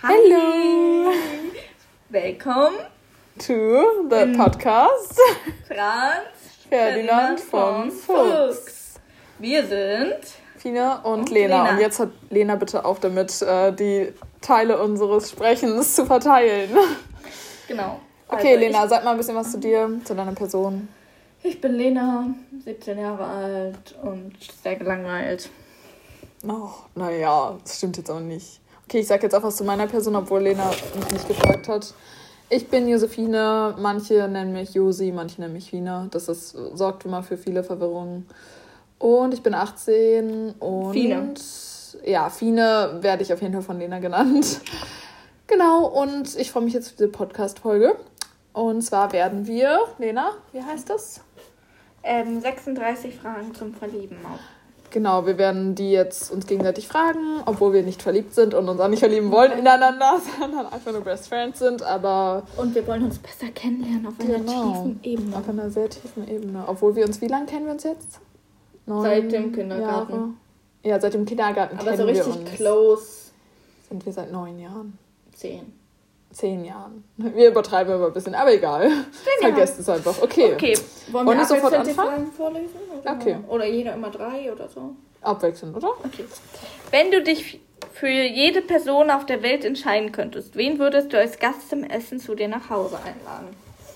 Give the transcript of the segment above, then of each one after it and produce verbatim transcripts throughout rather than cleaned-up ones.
Hello! Welcome to the podcast Franz Ferdinand von Fuchs. Wir sind Fina und, und Lena. Lena. Und jetzt hat Lena bitte auf damit, äh, die Teile unseres Sprechens zu verteilen. Genau. Okay, also Lena, sag mal ein bisschen was zu dir, zu deiner Person. Ich bin Lena, siebzehn Jahre alt und sehr gelangweilt. Oh, naja, das stimmt jetzt auch nicht. Okay, ich sag jetzt auch was zu meiner Person, obwohl Lena mich nicht gefragt hat. Ich bin Josephine, manche nennen mich Josi, manche nennen mich Fina. Das ist, sorgt immer für viele Verwirrungen. Und ich bin achtzehn und... Fine. Ja, Fine werde ich auf jeden Fall von Lena genannt. Genau, und ich freue mich jetzt auf diese Podcast-Folge. Und zwar werden wir... Lena, wie heißt das? Ähm, sechsunddreißig Fragen zum Verlieben auch. Genau, wir werden die jetzt uns gegenseitig fragen, obwohl wir nicht verliebt sind und uns auch nicht verlieben wollen ineinander, sondern einfach nur Best Friends sind, aber... Und wir wollen uns besser kennenlernen auf einer genau, tiefen Ebene. Auf einer sehr tiefen Ebene. Obwohl wir uns, wie lange kennen wir uns jetzt? Neun seit dem Kindergarten. Jahre. Ja, seit dem Kindergarten aber kennen wir uns. Aber so richtig close. Sind wir seit neun Jahren. Zehn. Zehn Jahren. Wir übertreiben immer ein bisschen, aber egal. Vergesst es einfach. Okay. Okay. Wollen, Wollen wir wir sofort anfangen? Die Fragen vorlesen? Oder? Okay. Oder jeder immer drei oder so? Abwechselnd, oder? Okay. Wenn du dich für jede Person auf der Welt entscheiden könntest, wen würdest du als Gast zum Essen zu dir nach Hause einladen?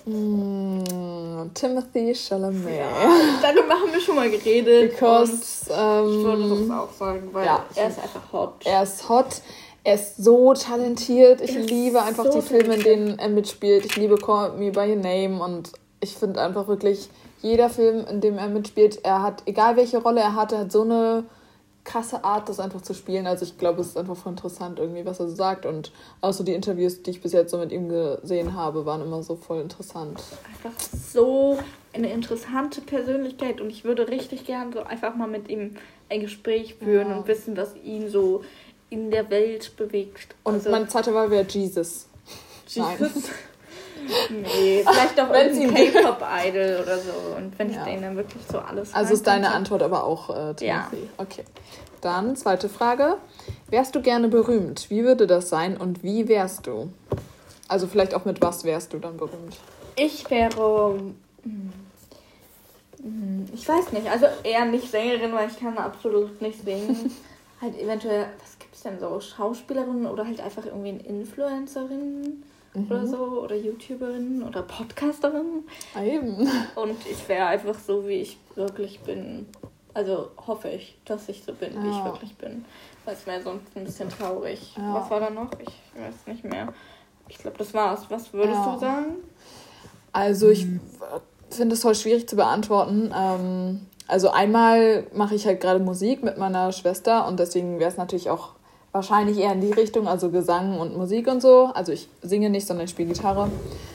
Mm, Timothée Chalamet. Ja, darüber haben wir schon mal geredet. Because, ähm, ich würde das auch sagen, weil ja, er ist einfach hot. Er ist hot. Er ist so talentiert. Ich liebe einfach so die Filme, in denen er mitspielt. Ich liebe Call Me By Your Name und ich finde einfach wirklich, jeder Film, in dem er mitspielt, er hat, egal welche Rolle er hat, er hat so eine krasse Art, das einfach zu spielen. Also ich glaube, es ist einfach voll interessant irgendwie, was er so sagt. Und auch so die Interviews, die ich bis jetzt so mit ihm gesehen habe, waren immer so voll interessant. Einfach so eine interessante Persönlichkeit und ich würde richtig gern so einfach mal mit ihm ein Gespräch führen ja. und wissen, was ihn so in der Welt bewegt. Und also, meine zweite Wahl wäre Jesus. Jesus? Nein. Nee, vielleicht auch irgendein K-Pop-Idol oder so. Und wenn ich ja. denen dann wirklich so alles... Also ist deine Antwort aber auch äh, Timothy. Ja. Okay. Dann zweite Frage. Wärst du gerne berühmt? Wie würde das sein und wie wärst du? Also vielleicht auch mit was wärst du dann berühmt? Ich wäre... Ich weiß nicht. Also eher nicht Sängerin, weil ich kann absolut nicht singen. Halt eventuell... Was gibt's denn so? Schauspielerin oder halt einfach irgendwie eine Influencerin... Mhm. oder so, oder YouTuberin oder Podcasterin. Eben. Und ich wäre einfach so, wie ich wirklich bin. Also hoffe ich, dass ich so bin, ja. wie ich wirklich bin. Weil es wäre sonst ein bisschen traurig. Ja. Was war da noch? Ich weiß nicht mehr. Ich glaube, das war's. Was würdest ja. du sagen? Also ich finde es voll schwierig zu beantworten. Ähm, also einmal mache ich halt gerade Musik mit meiner Schwester und deswegen wäre es natürlich auch wahrscheinlich eher in die Richtung, also Gesang und Musik und so. Also ich singe nicht, sondern ich spiele Gitarre.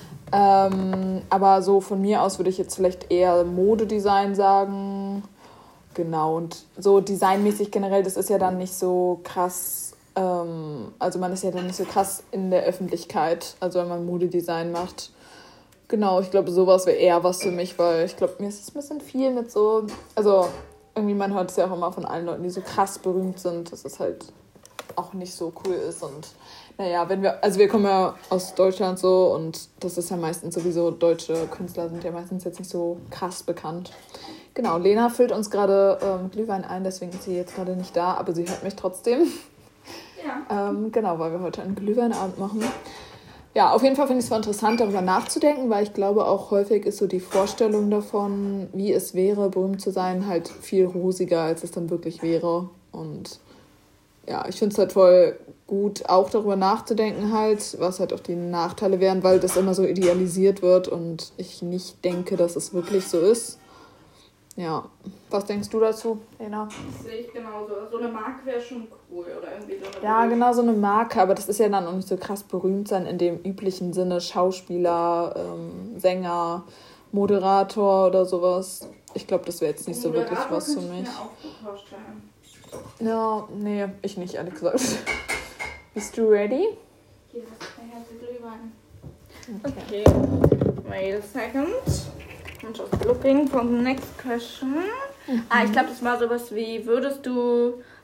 Ähm, aber so von mir aus würde ich jetzt vielleicht eher Modedesign sagen. Genau, und so designmäßig generell, das ist ja dann nicht so krass, ähm, also man ist ja dann nicht so krass in der Öffentlichkeit, also wenn man Modedesign macht. Genau, ich glaube, sowas wäre eher was für mich, weil ich glaube, mir ist es ein bisschen viel mit so, also irgendwie man hört es ja auch immer von allen Leuten, die so krass berühmt sind, das ist halt auch nicht so cool ist und naja, wenn wir, also wir kommen ja aus Deutschland so und das ist ja meistens sowieso, deutsche Künstler sind ja meistens jetzt nicht so krass bekannt. Genau, Lena füllt uns gerade ähm, Glühwein ein, deswegen ist sie jetzt gerade nicht da, aber sie hört mich trotzdem. Ja. ähm, genau, weil wir heute einen Glühweinabend machen. Ja, auf jeden Fall finde ich es voll interessant, darüber nachzudenken, weil ich glaube auch häufig ist so die Vorstellung davon, wie es wäre, berühmt zu sein, halt viel rosiger, als es dann wirklich wäre und ja, ich finde es halt voll gut, auch darüber nachzudenken halt, was halt auch die Nachteile wären, weil das immer so idealisiert wird und ich nicht denke, dass es wirklich so ist. Ja, was denkst du dazu, Lena? Das sehe ich genauso. So eine Marke wäre schon cool oder irgendwie so eine... Ja, genau, so eine Marke, aber das ist ja dann auch nicht so krass berühmt sein in dem üblichen Sinne, Schauspieler, ähm, Sänger, Moderator oder sowas. Ich glaube, das wäre jetzt nicht so wirklich was für mich. Ich mir auch gut vorstellen. Ja, nee, ich nicht, ehrlich gesagt. Bist du ready? Hier ist der Glühwein. Okay. okay. Wait a second. I'm just looking for the next question. Mhm. Ah, ich glaube, das war sowas wie, würdest du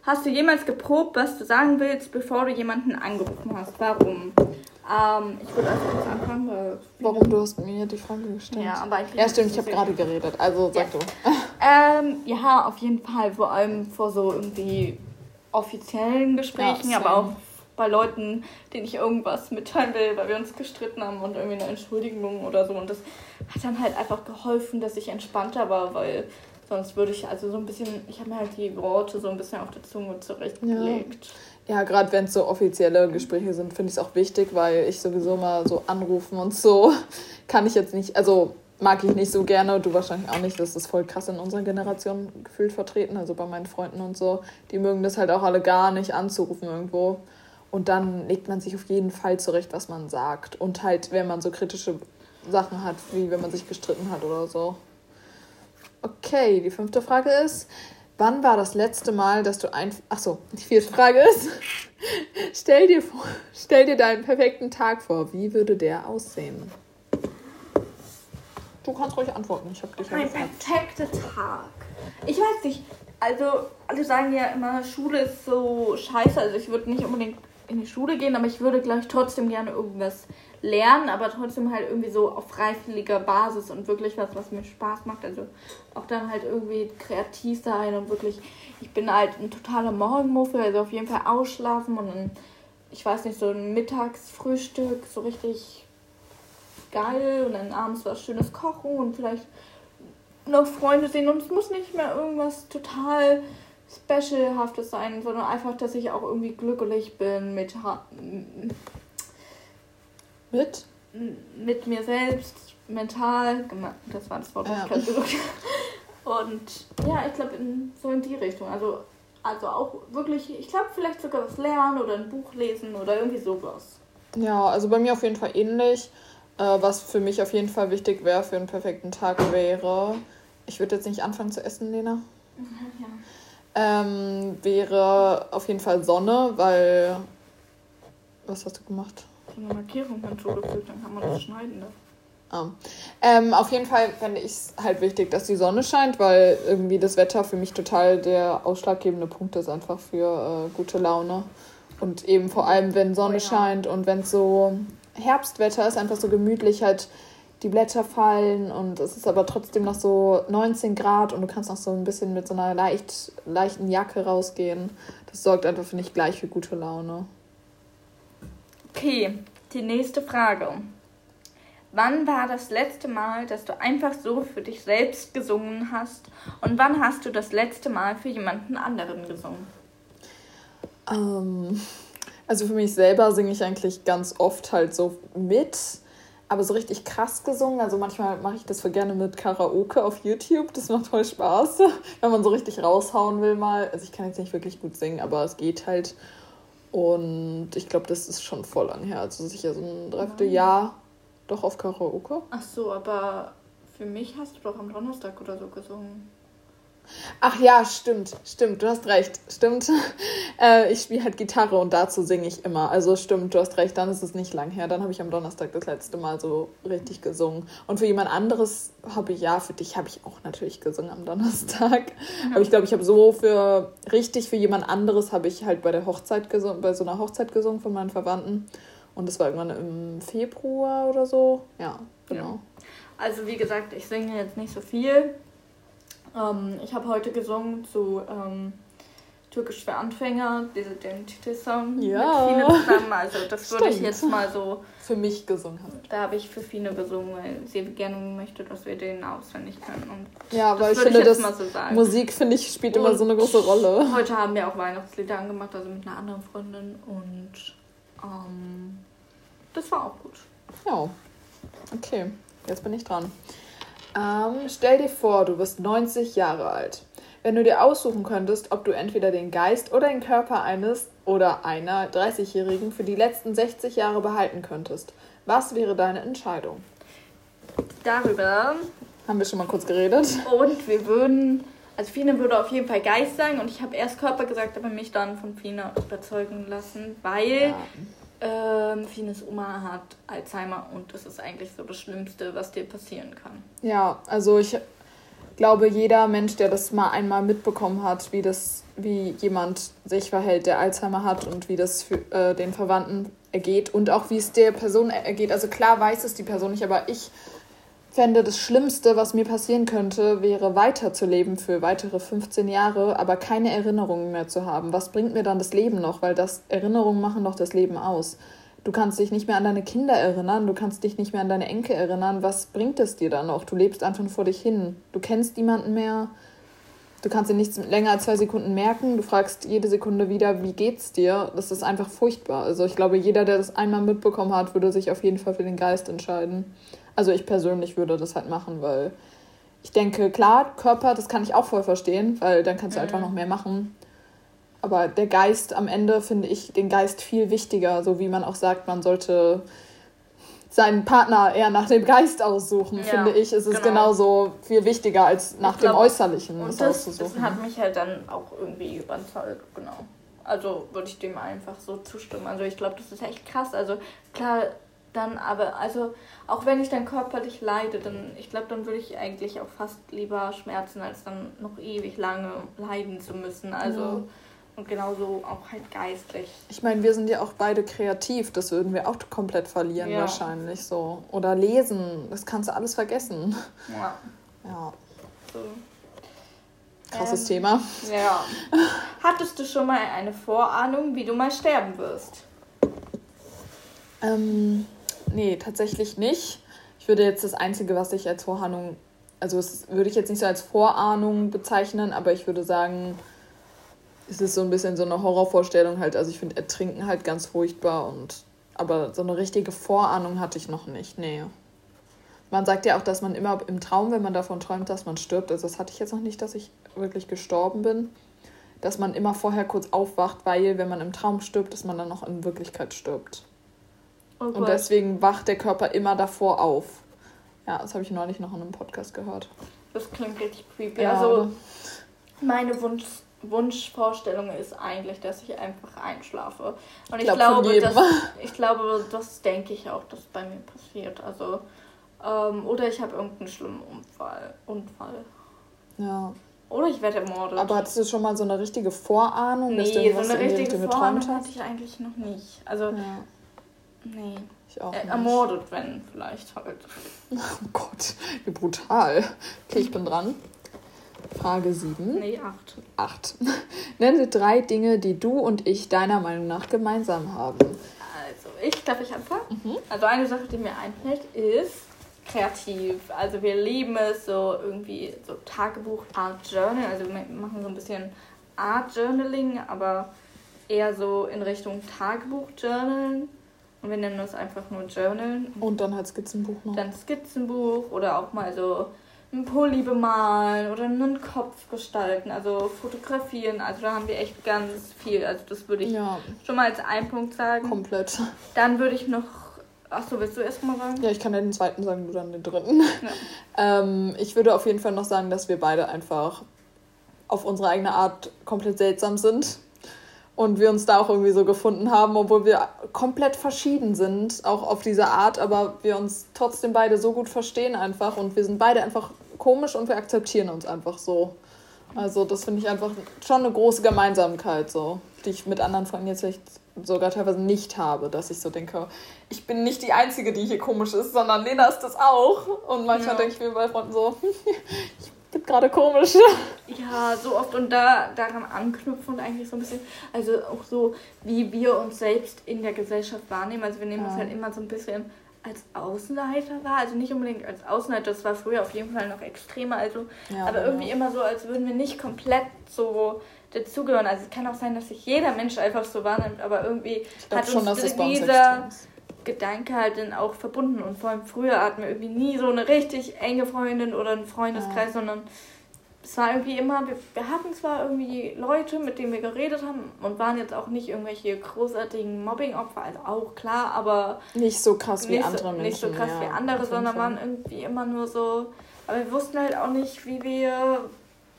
hast du jemals geprobt, was du sagen willst, bevor du jemanden angerufen hast? Warum? Ähm, ich würde einfach kurz anfangen, weil... Warum? Du hast mir die Frage gestellt. Ja, aber eigentlich ja stimmt, ich habe gerade geredet, also sag ja. du. Ähm, ja, auf jeden Fall, vor allem vor so irgendwie offiziellen Gesprächen, ja, aber auch bei Leuten, denen ich irgendwas mitteilen will, weil wir uns gestritten haben und irgendwie eine Entschuldigung oder so. Und das hat dann halt einfach geholfen, dass ich entspannter war, weil sonst würde ich also so ein bisschen, ich habe mir halt die Worte so ein bisschen auf der Zunge zurechtgelegt. Ja. Ja, gerade wenn es so offizielle Gespräche sind, finde ich es auch wichtig, weil ich sowieso mal so anrufen und so kann ich jetzt nicht, also mag ich nicht so gerne, du wahrscheinlich auch nicht, das ist voll krass in unserer Generation gefühlt vertreten, also bei meinen Freunden und so, die mögen das halt auch alle gar nicht anzurufen irgendwo und dann legt man sich auf jeden Fall zurecht, was man sagt und halt, wenn man so kritische Sachen hat, wie wenn man sich gestritten hat oder so. Okay, die fünfte Frage ist... Wann war das letzte Mal, dass du ein... Achso, die vierte Frage ist... stell dir vor, stell dir deinen perfekten Tag vor. Wie würde der aussehen? Du kannst ruhig antworten. Ich habe dich ja Mein perfekter Tag. Ich weiß nicht. Also, alle sagen ja immer, Schule ist so scheiße. Also, ich würde nicht unbedingt in die Schule gehen, aber ich würde, glaube ich, trotzdem gerne irgendwas lernen, aber trotzdem halt irgendwie so auf freiwilliger Basis und wirklich was, was mir Spaß macht. Also auch dann halt irgendwie kreativ sein und wirklich, ich bin halt ein totaler Morgenmuffel, also auf jeden Fall ausschlafen und dann, ich weiß nicht, so ein Mittagsfrühstück, so richtig geil und dann abends was Schönes kochen und vielleicht noch Freunde sehen und es muss nicht mehr irgendwas total Specialhaftes sein, sondern einfach, dass ich auch irgendwie glücklich bin mit Mit? Mit mir selbst, mental, das war das Wort, was ich gerade gesagt habe. Und ja, ich glaube, so in die Richtung. Also, also auch wirklich, ich glaube, vielleicht sogar was lernen oder ein Buch lesen oder irgendwie sowas. Ja, also bei mir auf jeden Fall ähnlich. Äh, was für mich auf jeden Fall wichtig wäre für einen perfekten Tag wäre, ich würde jetzt nicht anfangen zu essen, Lena. Ja. Ähm, wäre auf jeden Fall Sonne, weil... Was hast du gemacht? Eine Markierung hinzugefügt, dann kann man das schneiden. Ah. Ähm, auf jeden Fall fände ich es halt wichtig, dass die Sonne scheint, weil irgendwie das Wetter für mich total der ausschlaggebende Punkt ist, einfach für äh, gute Laune. Und eben vor allem, wenn Sonne oh, ja. scheint und wenn es so Herbstwetter ist, einfach so gemütlich halt die Blätter fallen und es ist aber trotzdem noch so neunzehn Grad und du kannst noch so ein bisschen mit so einer leicht, leichten Jacke rausgehen. Das sorgt einfach, finde ich, gleich für gute Laune. Okay, die nächste Frage. Wann war das letzte Mal, dass du einfach so für dich selbst gesungen hast? Und wann hast du das letzte Mal für jemanden anderen gesungen? Ähm, also für mich selber singe ich eigentlich ganz oft halt so mit, aber so richtig krass gesungen. Also manchmal mache ich das voll gerne mit Karaoke auf YouTube. Das macht voll Spaß, wenn man so richtig raushauen will mal. Also ich kann jetzt nicht wirklich gut singen, aber es geht halt. Und ich glaube, das ist schon voll lang her. Also sicher so ein Dreivierteljahr doch auf Karaoke. Ach so, aber für mich hast du doch am Donnerstag oder so gesungen. Ach ja, stimmt, stimmt, du hast recht, stimmt. Äh, ich spiele halt Gitarre und dazu singe ich immer. Also stimmt, du hast recht, dann ist es nicht lang her. Dann habe ich am Donnerstag das letzte Mal so richtig gesungen. Und für jemand anderes habe ich, ja, für dich habe ich auch natürlich gesungen am Donnerstag. Ja. Aber ich glaube, ich habe so für, richtig für jemand anderes habe ich halt bei der Hochzeit gesungen, bei so einer Hochzeit gesungen von meinen Verwandten. Und das war irgendwann im Februar oder so. Ja, genau. Ja. Also wie gesagt, ich singe jetzt nicht so viel. Ähm, ich habe heute gesungen zu ähm, Türkisch für Anfänger, diese, den Titelsong ja. mit Fine zusammen. Also das würde ich jetzt mal so... Für mich gesungen haben. Da habe ich für Fine gesungen, weil sie gerne möchte, dass wir den auswendig können. Und ja, weil ich finde, ich das so Musik, finde ich, spielt und immer so eine große Rolle. Heute haben wir auch Weihnachtslieder angemacht, also mit einer anderen Freundin. Und ähm, das war auch gut. Ja, okay, jetzt bin ich dran. Ähm, stell dir vor, du bist neunzig Jahre alt. Wenn du dir aussuchen könntest, ob du entweder den Geist oder den Körper eines oder einer dreißigjährigen für die letzten sechzig Jahre behalten könntest, was wäre deine Entscheidung? Darüber haben wir schon mal kurz geredet. Und wir würden, also Fine würde auf jeden Fall Geist sagen und ich habe erst Körper gesagt, aber mich dann von Fine überzeugen lassen, weil... Ja. Ähm, Fines Oma hat Alzheimer und das ist eigentlich so das Schlimmste, was dir passieren kann. Ja, also ich glaube, jeder Mensch, der das mal einmal mitbekommen hat, wie das, wie jemand sich verhält, der Alzheimer hat und wie das für äh, den Verwandten ergeht und auch wie es der Person ergeht. Also klar weiß es die Person nicht, aber ich fände, das Schlimmste, was mir passieren könnte, wäre weiterzuleben für weitere fünfzehn Jahre, aber keine Erinnerungen mehr zu haben. Was bringt mir dann das Leben noch? Weil das Erinnerungen machen doch das Leben aus. Du kannst dich nicht mehr an deine Kinder erinnern, du kannst dich nicht mehr an deine Enkel erinnern. Was bringt es dir dann noch? Du lebst einfach vor dich hin. Du kennst niemanden mehr. Du kannst dir nichts länger als zwei Sekunden merken. Du fragst jede Sekunde wieder, wie geht's dir? Das ist einfach furchtbar. Also ich glaube, jeder, der das einmal mitbekommen hat, würde sich auf jeden Fall für den Geist entscheiden. Also ich persönlich würde das halt machen, weil ich denke, klar, Körper, das kann ich auch voll verstehen, weil dann kannst du mhm. einfach noch mehr machen. Aber der Geist am Ende finde ich den Geist viel wichtiger, so wie man auch sagt, man sollte seinen Partner eher nach dem Geist aussuchen, ja, finde ich. Es ist genau. genauso viel wichtiger, als nach glaub, dem Äußerlichen und das auszusuchen. Das hat mich halt dann auch irgendwie überzeugt, genau. Also würde ich dem einfach so zustimmen. Also ich glaube, das ist echt krass. Also klar, dann aber, also auch wenn ich dann körperlich leide, dann, ich glaube, dann würde ich eigentlich auch fast lieber schmerzen, als dann noch ewig lange leiden zu müssen. Also ja. Und genauso auch halt geistlich. Ich meine, wir sind ja auch beide kreativ, das würden wir auch komplett verlieren ja. wahrscheinlich so. Oder lesen, das kannst du alles vergessen. Ja. Ja. So. Krasses ähm, Thema. Ja. Hattest du schon mal eine Vorahnung, wie du mal sterben wirst? Ähm, nee, tatsächlich nicht. Ich würde jetzt das Einzige, was ich als Vorahnung, also das würde ich jetzt nicht so als Vorahnung bezeichnen, aber ich würde sagen, es ist so ein bisschen so eine Horrorvorstellung halt. Also ich finde Ertrinken halt ganz furchtbar, und aber so eine richtige Vorahnung hatte ich noch nicht, nee. Man sagt ja auch, dass man immer im Traum, wenn man davon träumt, dass man stirbt, also das hatte ich jetzt noch nicht, dass ich wirklich gestorben bin, dass man immer vorher kurz aufwacht, weil wenn man im Traum stirbt, dass man dann noch in Wirklichkeit stirbt. Oh und deswegen wacht der Körper immer davor auf. Ja, das habe ich neulich noch in einem Podcast gehört. Das klingt richtig creepy. Ja. Also meine Wunsch, Wunschvorstellung ist eigentlich, dass ich einfach einschlafe. Und ich, ich, glaub, glaube, das, ich glaube, das denke ich auch, dass bei mir passiert. Also, ähm, oder ich habe irgendeinen schlimmen Unfall. Unfall. Ja. Oder ich werde ermordet. Aber hattest du schon mal so eine richtige Vorahnung? Nee, dass du so eine richtige Vorahnung hatte ich eigentlich noch nicht. Also, ja. nee. Ich auch äh, ermordet, wenn vielleicht halt. Oh Gott, wie brutal. Okay, ich bin dran. Frage sieben. Nee, acht. acht. Nenne drei Dinge, die du und ich deiner Meinung nach gemeinsam haben. Also, ich glaube, ich anfange. Mhm. Also, eine Sache, die mir einfällt, ist kreativ. Also, wir lieben es so irgendwie so Tagebuch, Art Journal. Also, wir machen so ein bisschen Art Journaling, aber eher so in Richtung Tagebuch Journalen. Und wir nennen das einfach nur Journal. Und dann halt Skizzenbuch noch. Dann Skizzenbuch oder auch mal so ein Pulli bemalen oder einen Kopf gestalten, also fotografieren. Also da haben wir echt ganz viel. Also das würde ich ja. schon mal als einen Punkt sagen. Komplett. Dann würde ich noch... Achso, willst du erst mal sagen? Ja, ich kann ja den zweiten sagen, du dann den dritten. Ja. ähm, ich würde auf jeden Fall noch sagen, dass wir beide einfach auf unsere eigene Art komplett seltsam sind. Und wir uns da auch irgendwie so gefunden haben, obwohl wir komplett verschieden sind, auch auf diese Art, aber wir uns trotzdem beide so gut verstehen einfach, und wir sind beide einfach komisch und wir akzeptieren uns einfach so. Also das finde ich einfach schon eine große Gemeinsamkeit, so, die ich mit anderen Freunden jetzt vielleicht sogar teilweise nicht habe, dass ich so denke, ich bin nicht die Einzige, die hier komisch ist, sondern Lena ist das auch. Und manchmal ja. denke ich mir bei Freunden so, ich bin gerade komisch. Ja, so oft, und da daran anknüpfen und eigentlich so ein bisschen, also auch so, wie wir uns selbst in der Gesellschaft wahrnehmen. Also wir nehmen ja. uns halt immer so ein bisschen als Außenseiter wahr. Also nicht unbedingt als Außenseiter, das war früher auf jeden Fall noch extremer. Also, ja, aber genau. irgendwie immer so, als würden wir nicht komplett so dazugehören. Also es kann auch sein, dass sich jeder Mensch einfach so wahrnimmt, aber irgendwie hat schon, uns dieser Gedanke halt dann auch verbunden. Und vor allem früher hatten wir irgendwie nie so eine richtig enge Freundin oder einen Freundeskreis, ja. sondern es war irgendwie immer, wir, wir hatten zwar irgendwie Leute, mit denen wir geredet haben, und waren jetzt auch nicht irgendwelche großartigen Mobbing-Opfer, also auch klar, aber nicht so krass wie andere so, Menschen. Nicht so krass ja, wie andere, sondern waren irgendwie immer nur so, aber wir wussten halt auch nicht, wie wir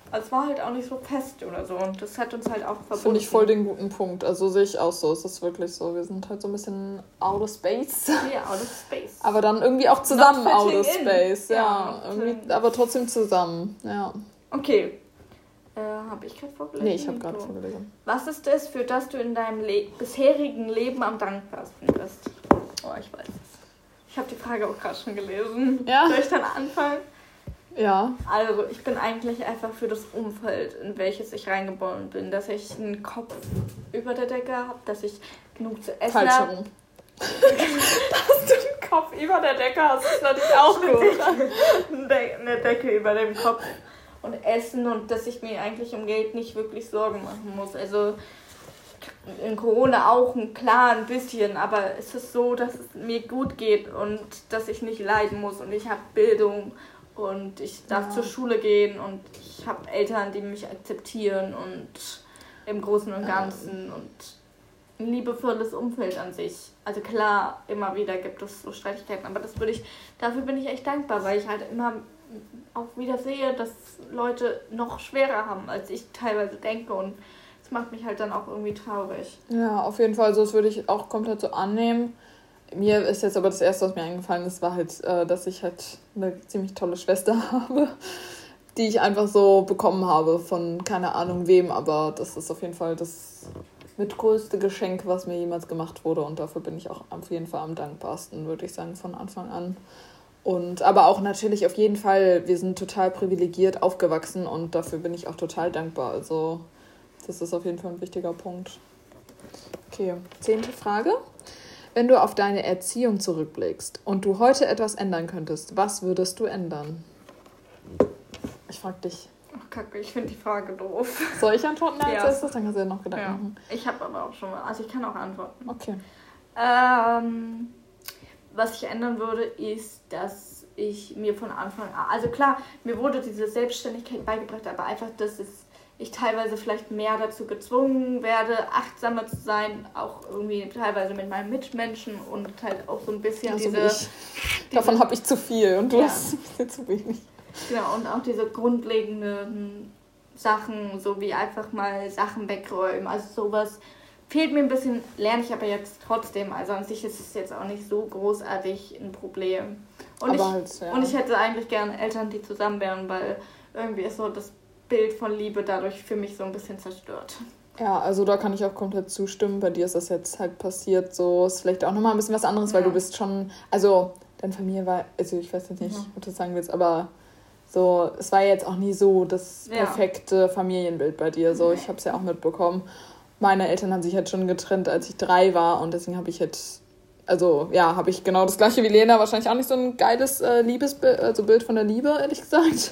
es war halt auch nicht so fest oder so und das hat uns halt auch verbunden. Finde ich voll den guten Punkt. Also sehe ich auch so. Es ist wirklich so. Wir sind halt so ein bisschen out of space. Ja, out of space. Aber dann irgendwie auch zusammen out of space. In. Ja, ja irgendwie, aber trotzdem zusammen. Ja. Okay. Äh, habe ich gerade vorgelesen? Nee, ich habe gerade vorgelesen. Was ist es, für das du in deinem Le- bisherigen Leben am dankbarsten bist? Oh, ich weiß es. Ich habe die Frage auch gerade schon gelesen. Ja. Soll ich dann anfangen? Ja. Also, ich bin eigentlich einfach für das Umfeld, in welches ich reingeboren bin. Dass ich einen Kopf über der Decke habe, dass ich genug zu essen habe. Falsch herum. Dass du einen Kopf über der Decke hast, ist natürlich auch gut. Eine Decke über dem Kopf und Essen und dass ich mir eigentlich um Geld nicht wirklich Sorgen machen muss. Also in Corona auch, klar, ein bisschen, aber es ist so, dass es mir gut geht und dass ich nicht leiden muss und ich habe Bildung. Und ich darf ja. zur Schule gehen und ich habe Eltern, die mich akzeptieren und im Großen und Ganzen ähm. und ein liebevolles Umfeld an sich. Also klar, immer wieder gibt es so Streitigkeiten, aber das würde ich, dafür bin ich echt dankbar, weil ich halt immer auch wieder sehe, dass Leute noch schwerer haben, als ich teilweise denke und das macht mich halt dann auch irgendwie traurig. Ja, auf jeden Fall, so das würde ich auch komplett so annehmen. Mir ist jetzt aber das Erste, was mir eingefallen ist, war halt, äh, dass ich halt eine ziemlich tolle Schwester habe, die ich einfach so bekommen habe von keine Ahnung wem, aber das ist auf jeden Fall das mitgrößte Geschenk, was mir jemals gemacht wurde und dafür bin ich auch auf jeden Fall am dankbarsten, würde ich sagen, von Anfang an. Und aber auch natürlich auf jeden Fall, wir sind total privilegiert aufgewachsen und dafür bin ich auch total dankbar. Also das ist auf jeden Fall ein wichtiger Punkt. Okay, zehnte Frage. Wenn du auf deine Erziehung zurückblickst und du heute etwas ändern könntest, was würdest du ändern? Ich frag dich. Ach, Kacke, ich finde die Frage doof. Soll ich antworten als ja. erstes? Dann kannst du ja noch Gedanken ja. machen. Ich habe aber auch schon mal, also ich kann auch antworten. Okay. Ähm, was ich ändern würde, ist, dass ich mir von Anfang an, also klar, mir wurde diese Selbstständigkeit beigebracht, aber einfach, dass es ich teilweise vielleicht mehr dazu gezwungen werde, achtsamer zu sein, auch irgendwie teilweise mit meinen Mitmenschen und halt auch so ein bisschen also diese... Ich. Davon habe ich zu viel und du ja. hast ein bisschen zu wenig. Genau, und auch diese grundlegenden Sachen, so wie einfach mal Sachen wegräumen, also sowas fehlt mir ein bisschen, lerne ich aber jetzt trotzdem, also an sich ist es jetzt auch nicht so großartig ein Problem. Und, ich, halt, ja. und ich hätte eigentlich gerne Eltern, die zusammen wären, weil irgendwie ist so das Bild von Liebe dadurch für mich so ein bisschen zerstört. Ja, also da kann ich auch komplett zustimmen. Bei dir ist das jetzt halt passiert, so ist vielleicht auch nochmal ein bisschen was anderes, ja. weil du bist schon, also deine Familie war, also ich weiß jetzt nicht, ja. ob du das sagen willst, aber so, es war jetzt auch nie so das perfekte ja. Familienbild bei dir, so, ich habe es ja auch mitbekommen. Meine Eltern haben sich halt schon getrennt, als ich drei war und deswegen habe ich jetzt, also ja, habe ich genau das gleiche wie Lena, wahrscheinlich auch nicht so ein geiles äh, Liebesbild, also Bild von der Liebe, ehrlich gesagt.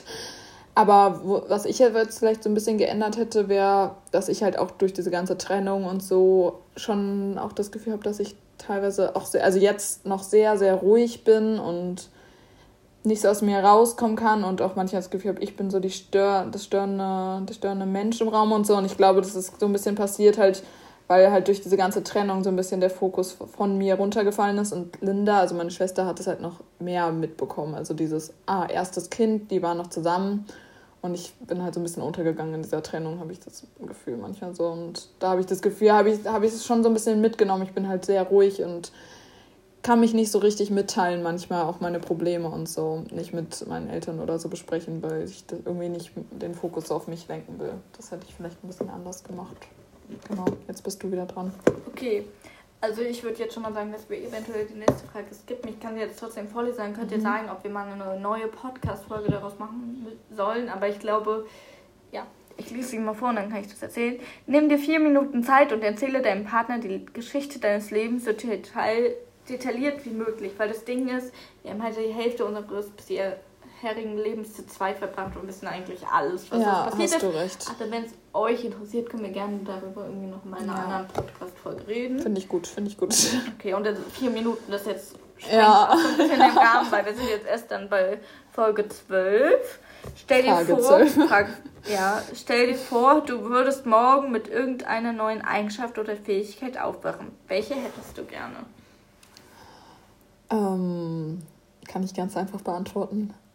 Aber wo, was ich jetzt vielleicht so ein bisschen geändert hätte, wäre, dass ich halt auch durch diese ganze Trennung und so schon auch das Gefühl habe, dass ich teilweise auch sehr, also jetzt noch sehr, sehr ruhig bin und nicht so aus mir rauskommen kann und auch manchmal das Gefühl habe, ich bin so die Stör, das störende, das störende Mensch im Raum und so. Und ich glaube, das ist so ein bisschen passiert halt, weil halt durch diese ganze Trennung so ein bisschen der Fokus von mir runtergefallen ist. Und Linda, also meine Schwester, hat es halt noch mehr mitbekommen. Also dieses, ah, erstes Kind, die waren noch zusammen. Und ich bin halt so ein bisschen untergegangen in dieser Trennung, habe ich das Gefühl manchmal so. Und da habe ich das Gefühl, habe ich, habe ich es schon so ein bisschen mitgenommen. Ich bin halt sehr ruhig und kann mich nicht so richtig mitteilen, manchmal auch meine Probleme und so. Nicht mit meinen Eltern oder so besprechen, weil ich irgendwie nicht den Fokus auf mich lenken will. Das hätte ich vielleicht ein bisschen anders gemacht. Genau, jetzt bist du wieder dran. Okay. Also ich würde jetzt schon mal sagen, dass wir eventuell die nächste Frage skippen. Ich kann sie jetzt trotzdem vorlesen, dann könnt ihr mhm. sagen, ob wir mal eine neue Podcast-Folge daraus machen sollen. Aber ich glaube, ja, ich lese sie mal vor und dann kann ich das erzählen. Nimm dir vier Minuten Zeit und erzähle deinem Partner die Geschichte deines Lebens so detail, detailliert wie möglich. Weil das Ding ist, wir haben halt die Hälfte unseres bisherigen Lebens zu zweit verbracht und wissen eigentlich alles, was ja, passiert ist. Ja, hast du recht. Aber wenn es euch interessiert, können wir gerne darüber irgendwie noch mal in einer ja. anderen Podcast-Folge reden. Finde ich gut, finde ich gut. Okay, und dann vier Minuten, das jetzt ja. auch so ein bisschen den Rahmen, weil wir sind jetzt erst dann bei Folge zwölf. Stell dir Frage vor, zwölf. Frage, ja, stell dir vor, du würdest morgen mit irgendeiner neuen Eigenschaft oder Fähigkeit aufwachen. Welche hättest du gerne? Ähm, kann ich ganz einfach beantworten.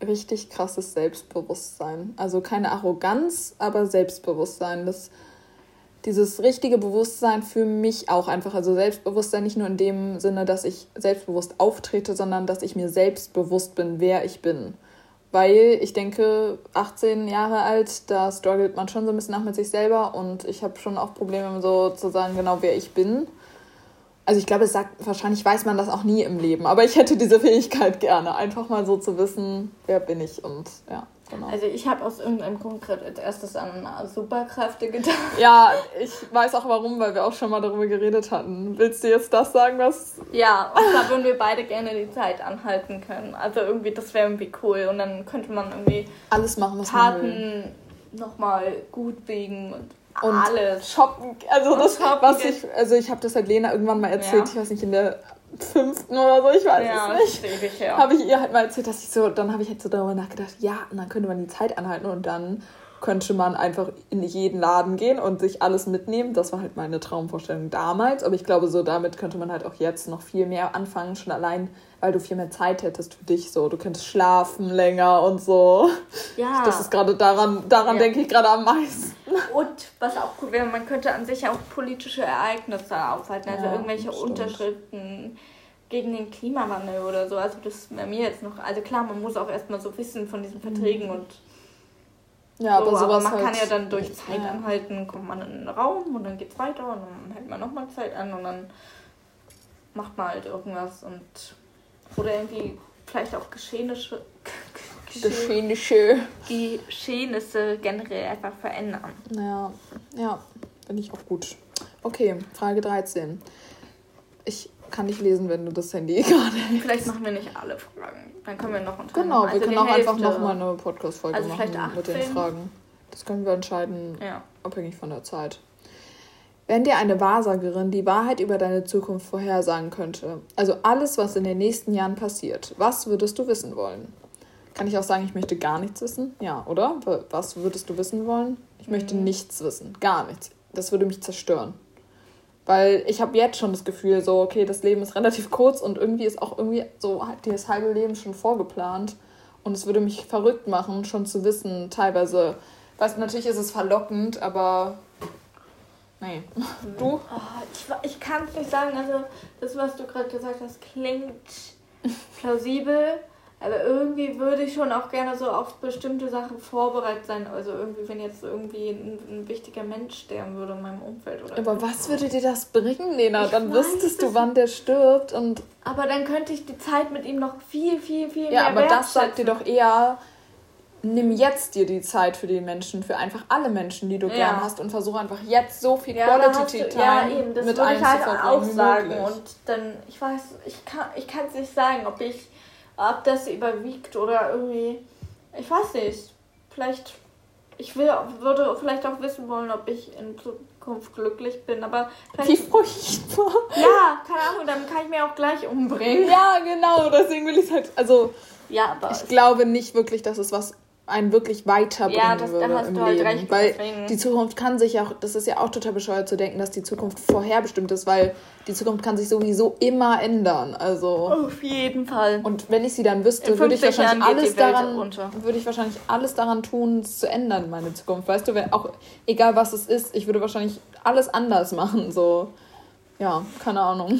richtig krasses Selbstbewusstsein. Also keine Arroganz, aber Selbstbewusstsein. Das, dieses richtige Bewusstsein für mich auch einfach. Also Selbstbewusstsein nicht nur in dem Sinne, dass ich selbstbewusst auftrete, sondern dass ich mir selbst bewusst bin, wer ich bin. Weil ich denke, achtzehn Jahre alt, da struggelt man schon so ein bisschen nach mit sich selber und ich habe schon auch Probleme, so zu sagen, genau wer ich bin. Also ich glaube, es sagt, wahrscheinlich weiß man das auch nie im Leben, aber ich hätte diese Fähigkeit gerne, einfach mal so zu wissen, wer bin ich und ja, genau. Also ich habe aus irgendeinem Grund gerade als erstes an Superkräfte gedacht. Ja, ich weiß auch warum, weil wir auch schon mal darüber geredet hatten. Willst du jetzt das sagen, was... Ja, und da würden wir beide gerne die Zeit anhalten können. Also irgendwie, das wäre irgendwie cool und dann könnte man irgendwie... Alles machen, was Taten man will. Nochmal gut biegen und... Und alles. Shoppen, also und das, shoppen was ich, also ich habe das halt Lena irgendwann mal erzählt, ja. Ich weiß nicht, in der fünften oder so, ich weiß ja, es nicht. Ich, ja. Habe ich ihr halt mal erzählt, dass ich so, dann habe ich halt so darüber nachgedacht, ja, und dann könnte man die Zeit anhalten und dann könnte man einfach in jeden Laden gehen und sich alles mitnehmen. Das war halt meine Traumvorstellung damals, aber ich glaube, so damit könnte man halt auch jetzt noch viel mehr anfangen, schon allein, weil du viel mehr Zeit hättest für dich, so, du könntest schlafen länger und so. Ja. Das ist gerade daran, daran ja. denke ich gerade am meisten. Und was auch cool wäre, man könnte an sich auch politische Ereignisse aufhalten, also ja, irgendwelche Unterschriften gegen den Klimawandel oder so, also das wäre mir jetzt noch, also klar, man muss auch erstmal so wissen von diesen Verträgen mhm. und ja, so, aber, sowas aber man halt kann ja dann durch Zeit ja. anhalten, kommt man in den Raum und dann geht's weiter und dann hält man nochmal Zeit an und dann macht man halt irgendwas und oder irgendwie vielleicht auch Geschehnisse, Geschehnisse. Geschehnisse generell einfach verändern. Ja, ja, finde ich auch gut. Okay, Frage dreizehn. Ich kann nicht lesen, wenn du das Handy gerade hältst. Vielleicht machen wir nicht alle Fragen. Dann können wir noch uns Genau, also wir können auch Hälfte. einfach nochmal eine Podcast-Folge also machen mit den Fragen. Das können wir entscheiden, ja. abhängig von der Zeit. Wenn dir eine Wahrsagerin die Wahrheit über deine Zukunft vorhersagen könnte, also alles, was in den nächsten Jahren passiert, was würdest du wissen wollen? Kann ich auch sagen, ich möchte gar nichts wissen? Ja, oder? Was würdest du wissen wollen? Ich möchte mhm. nichts wissen. Gar nichts. Das würde mich zerstören. Weil ich habe jetzt schon das Gefühl, so, okay, das Leben ist relativ kurz und irgendwie ist auch irgendwie so das halbe Leben schon vorgeplant. Und es würde mich verrückt machen, schon zu wissen, teilweise. Weißt, natürlich ist es verlockend, aber nee. Du? Oh, ich ich kann es nicht sagen, also das, was du gerade gesagt hast, klingt plausibel. Aber irgendwie würde ich schon auch gerne so auf bestimmte Sachen vorbereitet sein. Also irgendwie, wenn jetzt irgendwie ein, ein wichtiger Mensch sterben würde in meinem Umfeld. Oder aber was würde dir das bringen, Lena? Ich dann wüsstest du, wann der stirbt. Und aber dann könnte ich die Zeit mit ihm noch viel, viel, viel ja, mehr aber das sagt dir doch eher, nimm jetzt dir die Zeit für die Menschen, für einfach alle Menschen, die du ja. gern hast und versuche einfach jetzt so viel ja, Quality Time ja, eben, das mit würde ich halt auch sagen. Und dann, ich weiß, ich kann ich kann es nicht sagen, ob ich ob das überwiegt oder irgendwie, ich weiß nicht, vielleicht, ich will, würde vielleicht auch wissen wollen, ob ich in Zukunft glücklich bin, aber vielleicht... Wie furchtbar. Ja, keine Ahnung, dann kann ich mir auch gleich umbringen. Ja, genau, deswegen will ich es halt, also, ja, aber ich glaube nicht wirklich, dass es was einen wirklich weiterbringen ja, das, würde im Leben, halt recht, weil deswegen. Die Zukunft kann sich auch, das ist ja auch total bescheuert zu denken, dass die Zukunft vorherbestimmt ist, weil die Zukunft kann sich sowieso immer ändern, also auf jeden Fall. Und wenn ich sie dann wüsste, würde ich wahrscheinlich alles daran, würde ich wahrscheinlich alles daran tun, es zu ändern, meine Zukunft, weißt du, wenn, auch egal was es ist, ich würde wahrscheinlich alles anders machen, so, ja, keine Ahnung.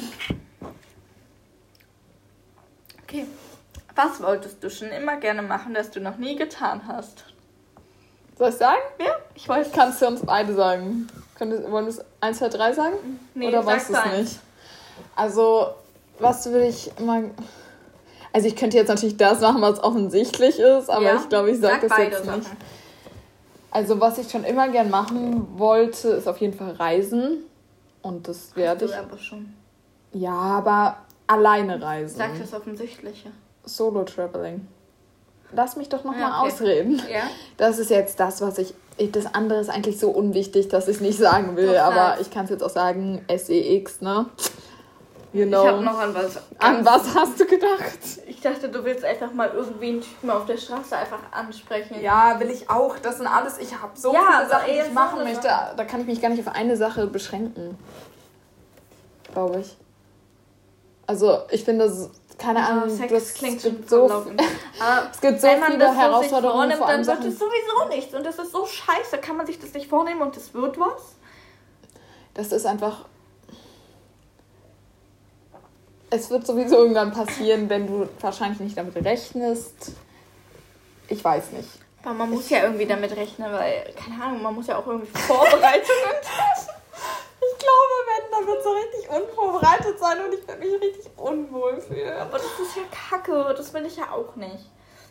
Okay. Was wolltest du schon immer gerne machen, das du noch nie getan hast? Soll ich sagen? Ja, ich weiß. Kannst du uns beide sagen? Können, wollen wir es eins, zwei, drei sagen? Nee, oder weißt du es nicht? Also, was will ich immer... Also ich könnte jetzt natürlich das machen, was offensichtlich ist, aber ja, ich glaube, ich sage sag das jetzt nicht. Sachen. Also was ich schon immer gern machen wollte, ist auf jeden Fall reisen. Und das werde ich... Hast du aber schon. Ja, aber alleine reisen. Sag das Offensichtliche. Solo-Traveling. Lass mich doch noch ja, mal okay. ausreden. Ja? Das ist jetzt das, was ich... Das andere ist eigentlich so unwichtig, dass ich es nicht sagen will. Doch, aber ich kann es jetzt auch sagen, S E X, ne? You know. Ich habe noch an was... An was hast du gedacht? Ich dachte, du willst einfach mal irgendwie einen Typen auf der Straße einfach ansprechen. Ja, will ich auch. Das sind alles... Ich habe so ja, viele Sachen, die ich machen möchte. Da kann ich mich gar nicht auf eine Sache beschränken. Glaube ich. Also, ich finde, das... keine ja, Ahnung, Sex das klingt schon so aber es gibt so viele das Herausforderungen. Wenn man das so sich vornimmt, dann wird es sowieso nichts. Und das ist so scheiße. Kann man sich das nicht vornehmen und es wird was? Das ist einfach... Es wird sowieso irgendwann passieren, wenn du wahrscheinlich nicht damit rechnest. Ich weiß nicht. Aber man muss ich, ja irgendwie damit rechnen, weil, keine Ahnung, man muss ja auch irgendwie Vorbereitungen treffen. Ich glaube, wenn, dann wird es so richtig unvorbereitet sein und ich werde mich richtig unwohl fühlen. Aber das ist ja kacke, das will ich ja auch nicht.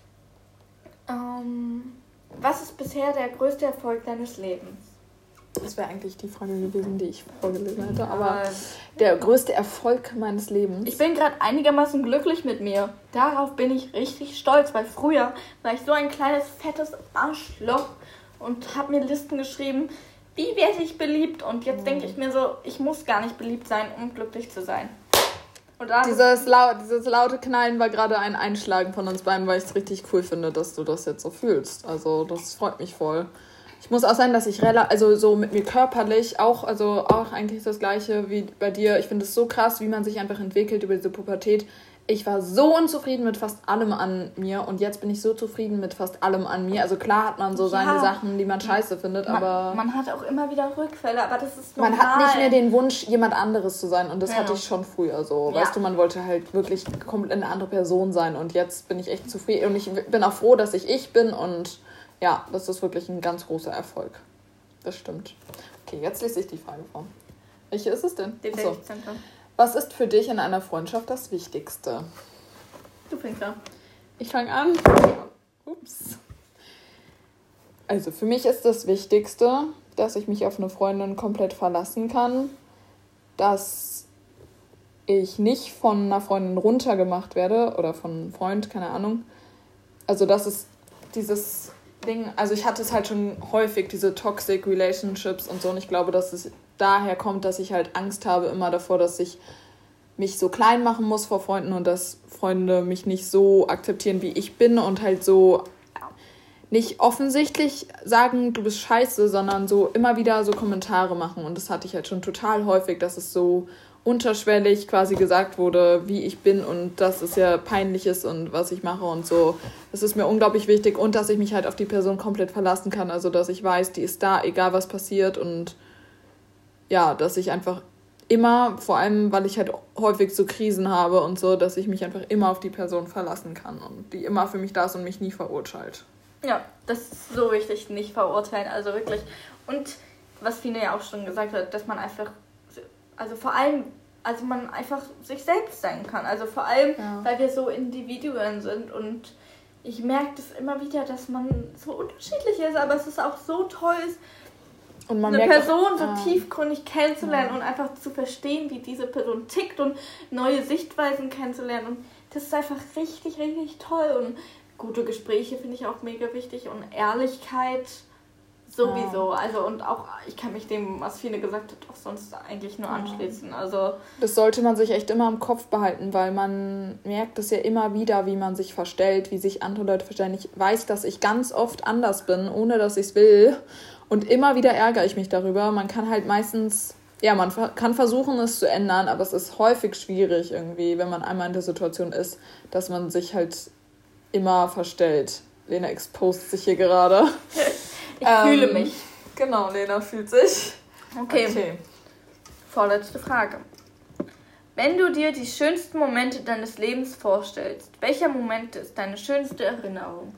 Ähm, was ist bisher der größte Erfolg deines Lebens? Das wäre eigentlich die Frage gewesen, die ich vorgelesen hätte. Aber der größte Erfolg meines Lebens. Ich bin gerade einigermaßen glücklich mit mir. Darauf bin ich richtig stolz, weil früher war ich so ein kleines, fettes Arschloch und habe mir Listen geschrieben, wie werde ich beliebt? Und jetzt denke ich mir so, ich muss gar nicht beliebt sein, um glücklich zu sein. Und dieses, lau- dieses laute Knallen war gerade ein Einschlagen von uns beiden, weil ich es richtig cool finde, dass du das jetzt so fühlst. Also das freut mich voll. Ich muss auch sagen, dass ich rela- also so mit mir körperlich auch, also auch eigentlich das Gleiche wie bei dir. Ich finde es so krass, wie man sich einfach entwickelt über diese Pubertät. Ich war so unzufrieden mit fast allem an mir und jetzt bin ich so zufrieden mit fast allem an mir. Also klar hat man so seine ja, Sachen, die man scheiße findet, man, aber... Man hat auch immer wieder Rückfälle, aber das ist normal. Man hat nicht mehr den Wunsch, jemand anderes zu sein und das ja. hatte ich schon früher so. Ja. Weißt du, man wollte halt wirklich komplett eine andere Person sein und jetzt bin ich echt zufrieden und ich bin auch froh, dass ich ich bin und ja, das ist wirklich ein ganz großer Erfolg. Das stimmt. Okay, jetzt lese ich die Frage vor. Welche ist es denn? Die sechzehnte. Was ist für dich in einer Freundschaft das Wichtigste? Du fängst an. Ich fange an. Ups. Also für mich ist das Wichtigste, dass ich mich auf eine Freundin komplett verlassen kann, dass ich nicht von einer Freundin runtergemacht werde oder von einem Freund, keine Ahnung. Also das ist dieses Ding, also ich hatte es halt schon häufig, diese Toxic Relationships und so und ich glaube, dass es daher kommt, dass ich halt Angst habe immer davor, dass ich mich so klein machen muss vor Freunden und dass Freunde mich nicht so akzeptieren, wie ich bin und halt so nicht offensichtlich sagen, du bist scheiße, sondern so immer wieder so Kommentare machen und das hatte ich halt schon total häufig, dass es so unterschwellig quasi gesagt wurde, wie ich bin und dass es ja peinlich ist und was ich mache und so. Das ist mir unglaublich wichtig und dass ich mich halt auf die Person komplett verlassen kann, also dass ich weiß, die ist da, egal was passiert und ja, dass ich einfach immer, vor allem, weil ich halt häufig so Krisen habe und so, dass ich mich einfach immer auf die Person verlassen kann und die immer für mich da ist und mich nie verurteilt. Ja, das ist so wichtig, nicht verurteilen, also wirklich. Und was Fine ja auch schon gesagt hat, dass man einfach, also vor allem, also man einfach sich selbst sein kann. Also vor allem, ja. weil wir so Individuen sind und ich merke das immer wieder, dass man so unterschiedlich ist, aber es ist auch so toll, und man eine Person auch, so äh, tiefgründig kennenzulernen ja. und einfach zu verstehen, wie diese Person tickt und neue Sichtweisen kennenzulernen. Und das ist einfach richtig, richtig toll. Und gute Gespräche finde ich auch mega wichtig und Ehrlichkeit sowieso. Ja. Also und auch, ich kann mich dem, was Fine gesagt hat, auch sonst eigentlich nur anschließen. Also das sollte man sich echt immer im Kopf behalten, weil man merkt es ja immer wieder, wie man sich verstellt, wie sich andere Leute verstellen. Ich weiß, dass ich ganz oft anders bin, ohne dass ich es will. Und immer wieder ärgere ich mich darüber. Man kann halt meistens, ja, man kann versuchen, es zu ändern, aber es ist häufig schwierig irgendwie, wenn man einmal in der Situation ist, dass man sich halt immer verstellt. Lena exposed sich hier gerade. Ich ähm, fühle mich. Genau, Lena fühlt sich. Okay. okay. Vorletzte Frage. Wenn du dir die schönsten Momente deines Lebens vorstellst, welcher Moment ist deine schönste Erinnerung?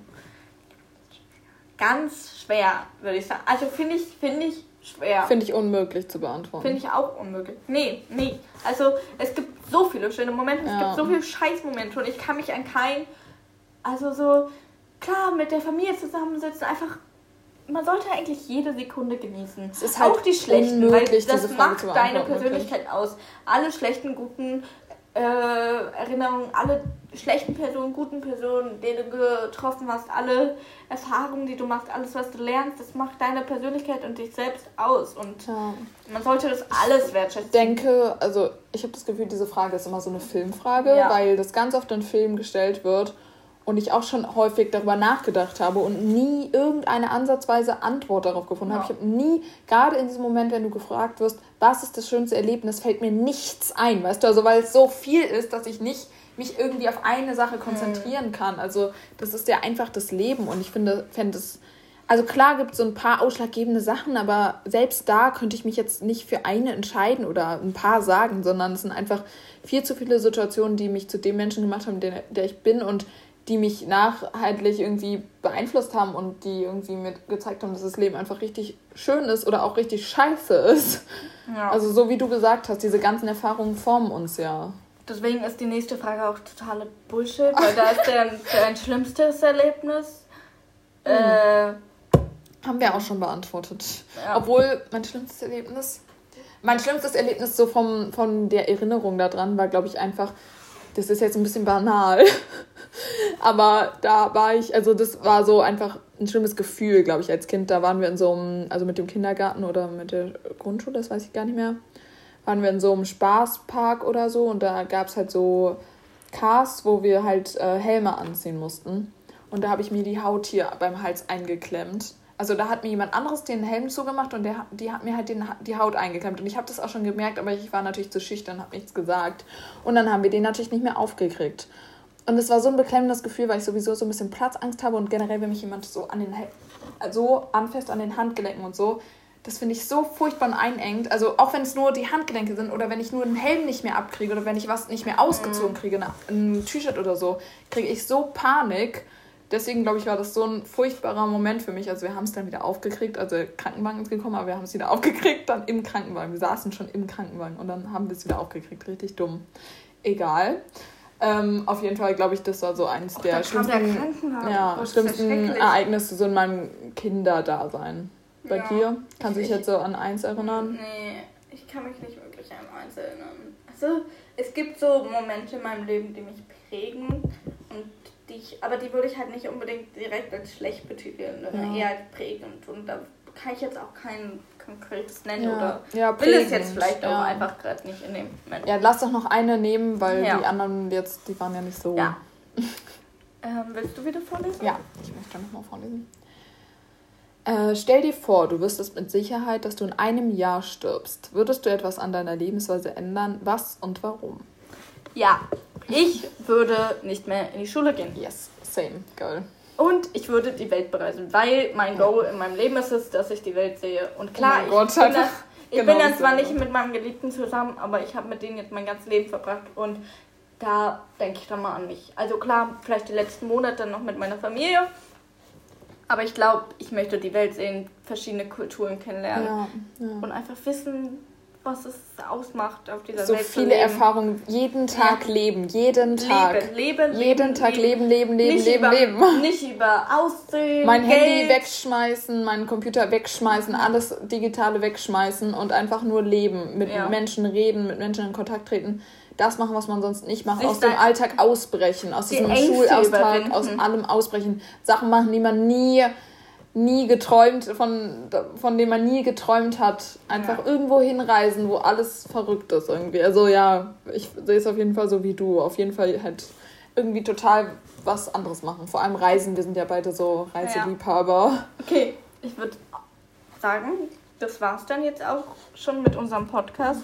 Ganz schwer, würde ich sagen. Also finde ich, finde ich schwer. Finde ich unmöglich zu beantworten. Finde ich auch unmöglich. Nee, nee. Also es gibt so viele schöne Momente, ja. es gibt so viele Scheißmomente und ich kann mich an keinen, also so, klar, mit der Familie zusammensitzen, einfach, man sollte eigentlich jede Sekunde genießen. Es ist halt auch die schlechten, weil das macht deine Persönlichkeit wirklich aus. Alle schlechten, guten äh, Erinnerungen, alle schlechten Personen, guten Personen, die du getroffen hast, alle Erfahrungen, die du machst, alles, was du lernst, das macht deine Persönlichkeit und dich selbst aus. Und ja. man sollte das alles wertschätzen. Ich denke, also ich habe das Gefühl, diese Frage ist immer so eine Filmfrage, ja. weil das ganz oft in Filmen gestellt wird und ich auch schon häufig darüber nachgedacht habe und nie irgendeine ansatzweise Antwort darauf gefunden ja. habe. Ich habe nie, gerade in diesem Moment, wenn du gefragt wirst, was ist das schönste Erlebnis, fällt mir nichts ein, weißt du, also weil es so viel ist, dass ich nicht mich irgendwie auf eine Sache konzentrieren kann. Also das ist ja einfach das Leben und ich finde, fände es, also klar gibt es so ein paar ausschlaggebende Sachen, aber selbst da könnte ich mich jetzt nicht für eine entscheiden oder ein paar sagen, sondern es sind einfach viel zu viele Situationen, die mich zu dem Menschen gemacht haben, der, der ich bin und die mich nachhaltig irgendwie beeinflusst haben und die irgendwie mir gezeigt haben, dass das Leben einfach richtig schön ist oder auch richtig scheiße ist. Ja. Also so wie du gesagt hast, diese ganzen Erfahrungen formen uns ja. Deswegen ist die nächste Frage auch totale Bullshit, weil da ist dein, dein schlimmstes Erlebnis. Mhm. Äh, Haben wir auch schon beantwortet. Ja. Obwohl, mein schlimmstes Erlebnis... Mein schlimmstes Erlebnis so vom, von der Erinnerung daran war, glaube ich, einfach... Das ist jetzt ein bisschen banal. Aber da war ich... Also das war so einfach ein schlimmes Gefühl, glaube ich, als Kind. Da waren wir in so einem... Also mit dem Kindergarten oder mit der Grundschule, das weiß ich gar nicht mehr. Waren wir in so einem Spaßpark oder so. Und da gab es halt so Cars, wo wir halt äh, Helme anziehen mussten. Und da habe ich mir die Haut hier beim Hals eingeklemmt. Also da hat mir jemand anderes den Helm zugemacht und der, die hat mir halt den, die Haut eingeklemmt. Und ich habe das auch schon gemerkt, aber ich war natürlich zu schüchtern, habe nichts gesagt. Und dann haben wir den natürlich nicht mehr aufgekriegt. Und es war so ein beklemmendes Gefühl, weil ich sowieso so ein bisschen Platzangst habe und generell, wenn mich jemand so an den so anfasst an den Handgelenken und so, das finde ich so furchtbar und einengt. Also auch wenn es nur die Handgelenke sind oder wenn ich nur einen Helm nicht mehr abkriege oder wenn ich was nicht mehr ausgezogen kriege, ein T-Shirt oder so, kriege ich so Panik. Deswegen, glaube ich, war das so ein furchtbarer Moment für mich. Also wir haben es dann wieder aufgekriegt, also Krankenwagen ist gekommen, aber wir haben es wieder aufgekriegt, dann im Krankenwagen. Wir saßen schon im Krankenwagen und dann haben wir es wieder aufgekriegt. Richtig dumm. Egal. Ähm, auf jeden Fall, glaube ich, das war so eines Och, der schlimmsten, der ja, oh, schlimmsten Ereignisse so in meinem Kinderdasein. Bei ja, dir? Kannst du dich jetzt so an eins erinnern? Nee, ich kann mich nicht wirklich an eins erinnern. Also, es gibt so Momente in meinem Leben, die mich prägen und die ich, aber die würde ich halt nicht unbedingt direkt als schlecht betiteln, sondern ja. eher als prägend. Und da kann ich jetzt auch kein konkretes nennen ja. oder ja, will es jetzt vielleicht ja. auch einfach gerade nicht in dem Moment. Ja, lass doch noch eine nehmen, weil ja. die anderen jetzt, die waren ja nicht so... Ja. ähm, willst du wieder vorlesen? Ja, ich möchte nochmal vorlesen. Äh, stell dir vor, du wüsstest mit Sicherheit, dass du in einem Jahr stirbst. Würdest du etwas an deiner Lebensweise ändern? Was und warum? Ja, ich würde nicht mehr in die Schule gehen. Yes, same, girl. Und ich würde die Welt bereisen, weil mein Goal in meinem Leben ist es, dass ich die Welt sehe. Und klar, oh ich, Gott, bin, das, ich genau bin dann zwar nicht mit meinem Geliebten zusammen, aber ich habe mit denen jetzt mein ganzes Leben verbracht und da denke ich dann mal an mich. Also klar, vielleicht die letzten Monate noch mit meiner Familie, aber ich glaube, ich möchte die Welt sehen, verschiedene Kulturen kennenlernen ja, ja. und einfach wissen, was es ausmacht, auf dieser so Welt zu leben. So viele Erfahrungen, jeden Tag ja. leben, jeden Tag. Leben, leben, jeden leben, Tag leben, leben, leben, nicht leben, über, leben. Nicht über Aussehen, mein Geld. Handy wegschmeißen, meinen Computer wegschmeißen, alles Digitale wegschmeißen und einfach nur leben, mit ja. Menschen reden, mit Menschen in Kontakt treten. Das machen, was man sonst nicht macht. Sich aus dem Alltag ausbrechen, aus diesem Schulaustrag, aus allem ausbrechen. Sachen machen, die man nie... nie geträumt, von, von dem man nie geträumt hat. Einfach ja. irgendwo hinreisen, wo alles verrückt ist irgendwie. Also ja, ich sehe es auf jeden Fall so wie du. Auf jeden Fall halt irgendwie total was anderes machen. Vor allem Reisen, wir sind ja beide so Reiseliebhaber. Ja. Okay, ich würde sagen, das war's dann jetzt auch schon mit unserem Podcast.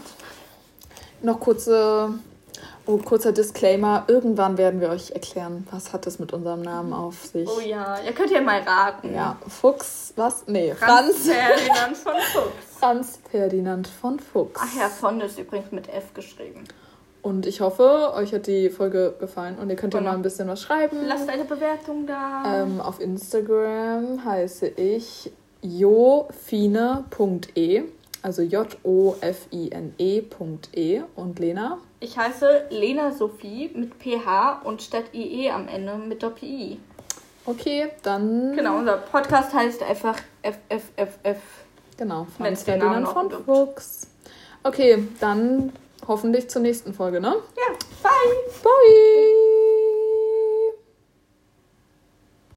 Noch kurze... Oh, kurzer Disclaimer. Irgendwann werden wir euch erklären, was hat es mit unserem Namen auf sich. Oh ja, ihr könnt ja mal raten. Ja, Fuchs, was? Nee, Franz. Franz Ferdinand von Fuchs. Franz Ferdinand von Fuchs. Ach ja, von ist übrigens mit F geschrieben. Und ich hoffe, euch hat die Folge gefallen und ihr könnt ja mal ein bisschen was schreiben. Lasst eine Bewertung da. Ähm, auf Instagram heiße ich jofine punkt e, also J O F I N E Punkt E. Und Lena? Ich heiße Lena Sophie mit P H und statt I E am Ende mit Doppel-I. Okay, dann... Genau, unser Podcast heißt einfach F F F F. Genau, Franz Ferdinand von Fuchs. Okay, dann hoffentlich zur nächsten Folge, ne? Ja, bye! Bye!